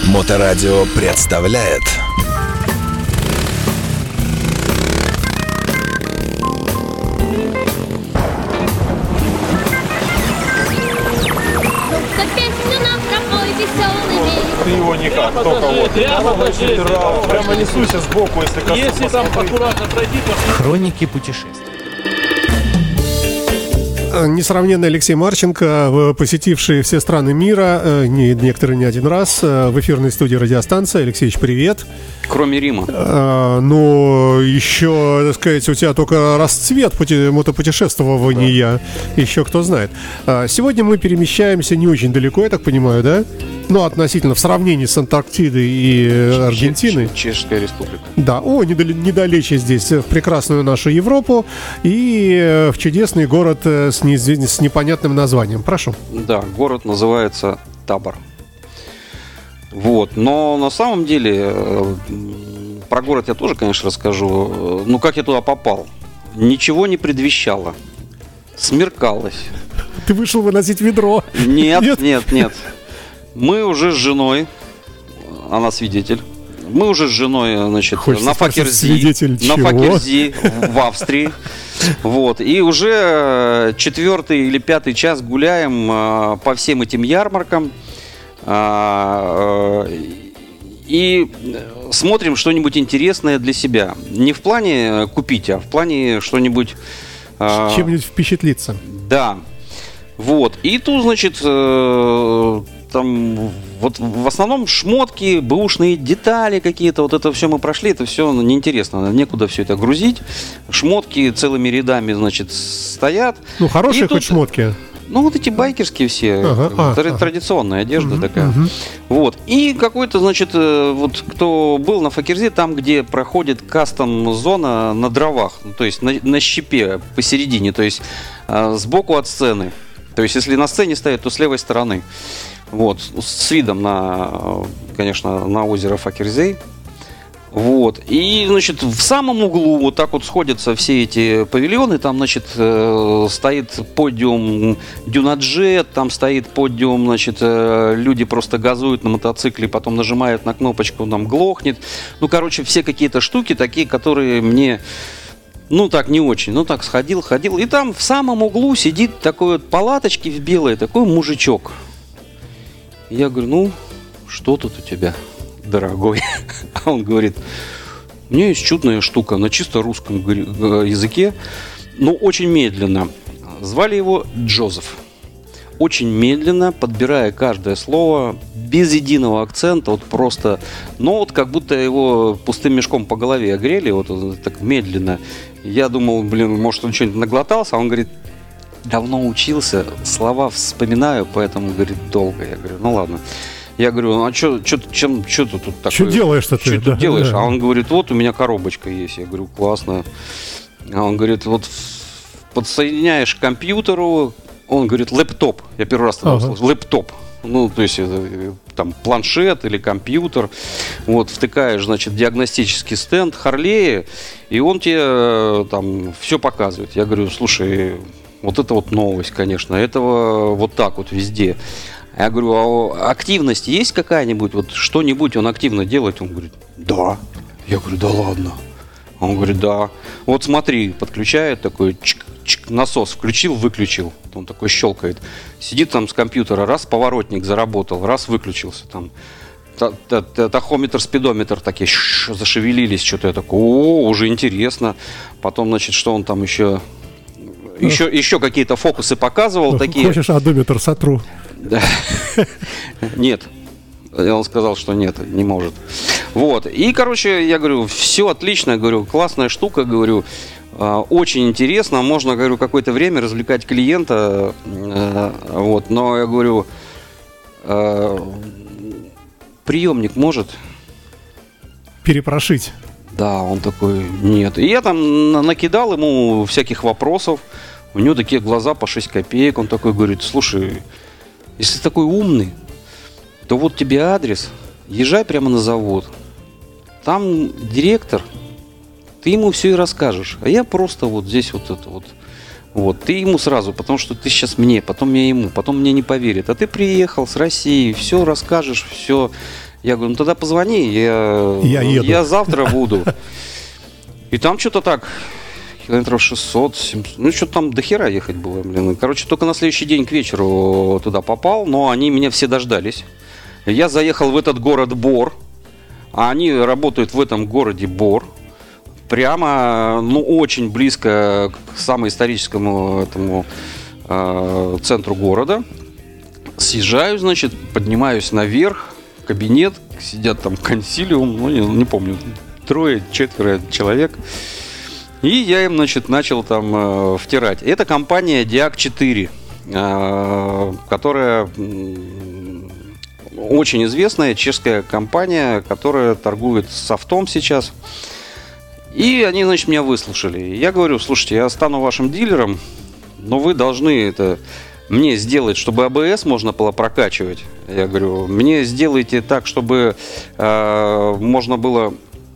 Моторадио представляет Ты его никак, только вот прямо несуйся сбоку, если коснусь. Если там аккуратно пройти, то... Хроники путешествий. Несравненный Алексей Марченко, посетивший все страны мира, некоторые не один раз, в эфирной студии радиостанции. Алексеевич, привет. Кроме Рима. Ну, еще, так сказать, у тебя только расцвет мотопутешествования. Еще кто знает. Сегодня мы перемещаемся не очень далеко, я так понимаю, да? Ну, относительно, в сравнении с Антарктидой и Аргентиной. Чешская республика. Да, недалече здесь, в прекрасную нашу Европу и в чудесный город с непонятным названием. Прошу. Да, город называется Табор. Вот, но на самом деле, про город я тоже, конечно, расскажу. Ну, как я туда попал? Ничего не предвещало. Смеркалось. Ты вышел выносить ведро? Нет. Мы уже с женой, она свидетель, мы уже с женой, значит, на Факерзи в Австрии. Вот, и уже 4-й или 5-й час гуляем по всем этим ярмаркам и смотрим что-нибудь интересное для себя. Не в плане купить, а в плане что-нибудь... Чем-нибудь впечатлиться. Да. Вот. И тут, значит, там вот в основном шмотки, бэушные детали какие-то, вот это все мы прошли, это все неинтересно, некуда все это грузить. Шмотки целыми рядами, значит, стоят. Ну, хорошие хоть шмотки? Ну, вот эти байкерские все, традиционная одежда такая. Вот. И какой-то, значит, вот кто был на Факерзи, там, где проходит кастом-зона на дровах, то есть на щепе посередине, то есть сбоку от сцены. То есть, если на сцене стоят, то с левой стороны. Вот, с видом на, конечно, на озеро Факерзей. Вот. И, значит, в самом углу вот так вот сходятся все эти павильоны. Там, значит, стоит подиум Дюнаджет, там стоит подиум, значит, люди просто газуют на мотоцикле, потом нажимают на кнопочку, там глохнет. Ну, короче, все какие-то штуки такие, которые мне... Ну, так, не очень. Ну, так, ходил. И там в самом углу сидит такой вот палаточки в белой, такой мужичок. Я говорю, ну, что тут у тебя, дорогой? А он говорит, у меня есть чудная штука на чисто русском языке, но очень медленно. Звали его Джозеф. Очень медленно, подбирая каждое слово, без единого акцента, вот просто, ну вот как будто его пустым мешком по голове огрели, вот так медленно. Я думал, может он что-нибудь наглотался, а он говорит, давно учился, слова вспоминаю, поэтому, говорит, долго. Я говорю, ну ладно. Я говорю, а что ты тут такое? Что делаешь-то ты? Что ты делаешь? А он говорит, вот у меня коробочка есть. Я говорю, классно. А он говорит, вот подсоединяешь к компьютеру. Он говорит, лэптоп. Я первый раз тогда услышал. Лэптоп. Ну, то есть, там, планшет или компьютер. Вот, втыкаешь, значит, диагностический стенд Харлея, и он тебе там все показывает. Я говорю, слушай, вот это вот новость, конечно. Этого вот так вот везде. Я говорю, а активность есть какая-нибудь? Вот что-нибудь он активно делает? Он говорит, да. Я говорю, да ладно. Он говорит, да. Вот смотри, подключает такой насос, включил, выключил. Он такой щелкает. Сидит там с компьютера, раз поворотник заработал, раз выключился. Там тахометр, спидометр такие зашевелились, что-то я такой, уже интересно. Потом, значит, что он там еще какие-то фокусы показывал. Такие. Хочешь одометр сотру? Нет. Он сказал, что нет, не может. Вот. И, короче, я говорю, все отлично, говорю, классная штука, говорю, очень интересно, можно, говорю, какое-то время развлекать клиента, вот, но я говорю, приемник может перепрошить? Да, он такой, нет. И я там накидал ему всяких вопросов, у него такие глаза по 6 копеек, он такой говорит, слушай, если ты такой умный, то вот тебе адрес, езжай прямо на завод. Там директор, ты ему все и расскажешь. А я просто вот здесь вот это вот. Вот, ты ему сразу, потому что ты сейчас мне, потом я ему, потом мне не поверит. А ты приехал с России, все расскажешь, все. Я говорю, ну тогда позвони, Я еду. я завтра буду. И там что-то так, километров 600, 700, ну что-то там до хера ехать было, блин. Короче, только на следующий день к вечеру туда попал, но они меня все дождались. Я заехал в этот город Бор, а они работают в этом городе Бор. Прямо, ну, очень близко к самому историческому этому центру города. Съезжаю, значит, поднимаюсь наверх, кабинет, сидят там консилиум, ну, не помню, 3-4 человек. И я им, значит, начал там втирать. Это компания Diag4, которая очень известная чешская компания, которая торгует софтом сейчас. И они, значит, меня выслушали. Я говорю, слушайте, я стану вашим дилером, но вы должны это мне сделать, чтобы АБС можно было прокачивать. Я говорю, мне сделайте так, чтобы можно было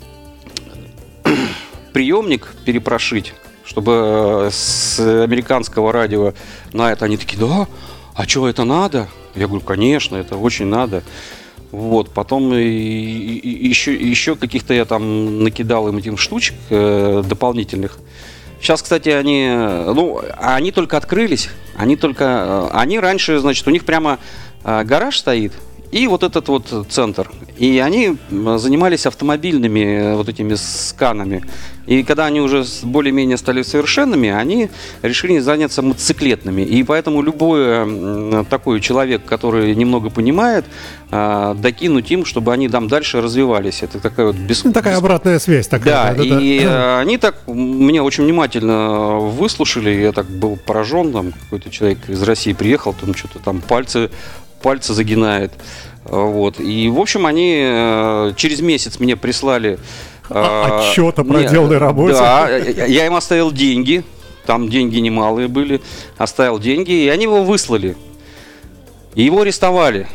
приемник перепрошить, чтобы с американского радио на это. Они такие, да, а что, это надо? Я говорю, конечно, это очень надо. Вот, потом еще каких-то я там накидал им этим штучек дополнительных. Сейчас, кстати, они только открылись, они раньше, значит, у них прямо гараж стоит и вот этот вот центр. И они занимались автомобильными вот этими сканами. И когда они уже более-менее стали совершенными, они решили заняться мотоциклетными. И поэтому любой такой человек, который немного понимает, докинуть им, чтобы они там дальше развивались. Это такая вот такая обратная связь такая. Да, и они так меня очень внимательно выслушали. Я так был поражен. Там какой-то человек из России приехал, там что-то там пальцы загинает. Вот. И, в общем, они через месяц мне прислали отчет о проделанной работе. Да, я им оставил деньги. Там деньги немалые были. Оставил деньги, и они его выслали. И его арестовали.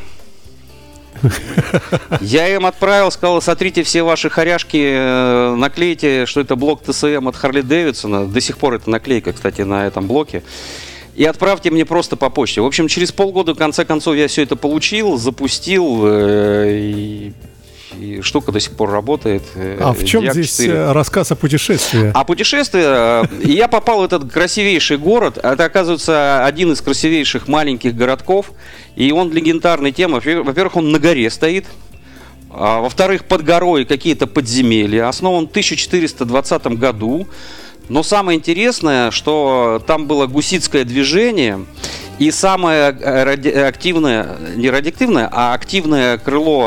Я им отправил, сказал, сотрите все ваши хоряшки, наклейте, что это блок ТСМ от Харли Дэвидсона. До сих пор это наклейка, кстати, на этом блоке. И отправьте мне просто по почте. В общем, через полгода, в конце концов, я все это получил, запустил, и штука до сих пор работает. А в чем здесь рассказ о путешествии? О путешествии. Я попал в этот красивейший город. Это, оказывается, один из красивейших маленьких городков. И он легендарный тем. Во-первых, он на горе стоит. Во-вторых, под горой какие-то подземелья. Основан в 1420 году. Но самое интересное, что там было гуситское движение, и самое активное, не радиоактивное, а активное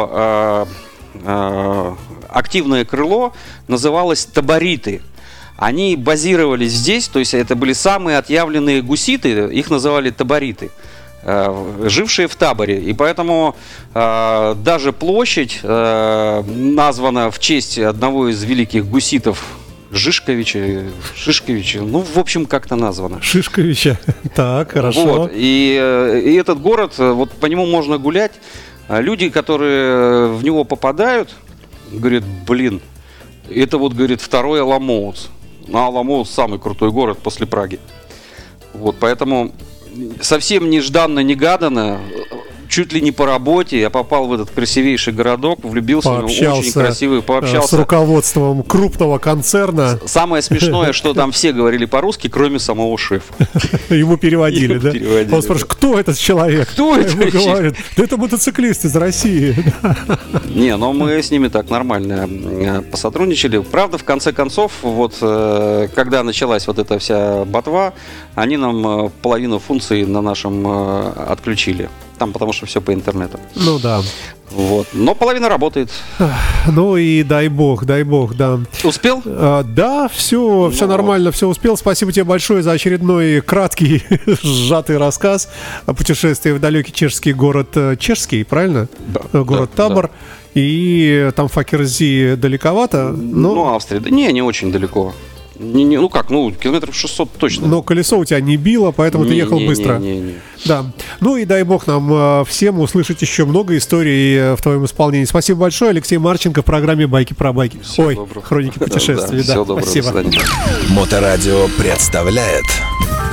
крыло называлось табориты. Они базировались здесь, то есть это были самые отъявленные гуситы, их называли табориты, жившие в таборе. И поэтому даже площадь названа в честь одного из великих гуситов, Шишковича, ну, в общем, как-то названо. Шишковича, так, хорошо. Вот, и этот город, вот по нему можно гулять. Люди, которые в него попадают, говорят, блин, это вот, говорит, второй Аламоус. А Аламоус самый крутой город после Праги. Вот, поэтому совсем нежданно-негаданно, чуть ли не по работе, я попал в этот красивейший городок, влюбился в него, очень красивый, пообщался с руководством крупного концерна. Самое смешное, что там все говорили по-русски, кроме самого шефа. Ему переводили, да? Он спрашивает, кто этот человек? Кто это? Ему говорит, да это мотоциклист из России. Не, но мы с ними так нормально посотрудничали. Правда, в конце концов, вот когда началась вот эта вся ботва, они нам половину функций на нашем отключили. Там, потому что все по интернету. Ну да. Вот. Но половина работает. Ну и дай бог, да. Успел? Да, все нормально, все успел. Спасибо тебе большое за очередной краткий, сжатый рассказ о путешествии в далекий чешский город. Чешский, правильно? Да. Город Табор. Да. И там Факерзи далековато. Ну, Австрия. Да не очень далеко. Километров 600 точно. Но колесо у тебя не било, поэтому ты ехал быстро. Не. Да. Ну и дай бог нам всем услышать еще много историй в твоем исполнении. Спасибо большое. Алексей Марченко в программе «Байки про байки». Хроники путешествий. Всего доброго. Спасибо. Моторадио представляет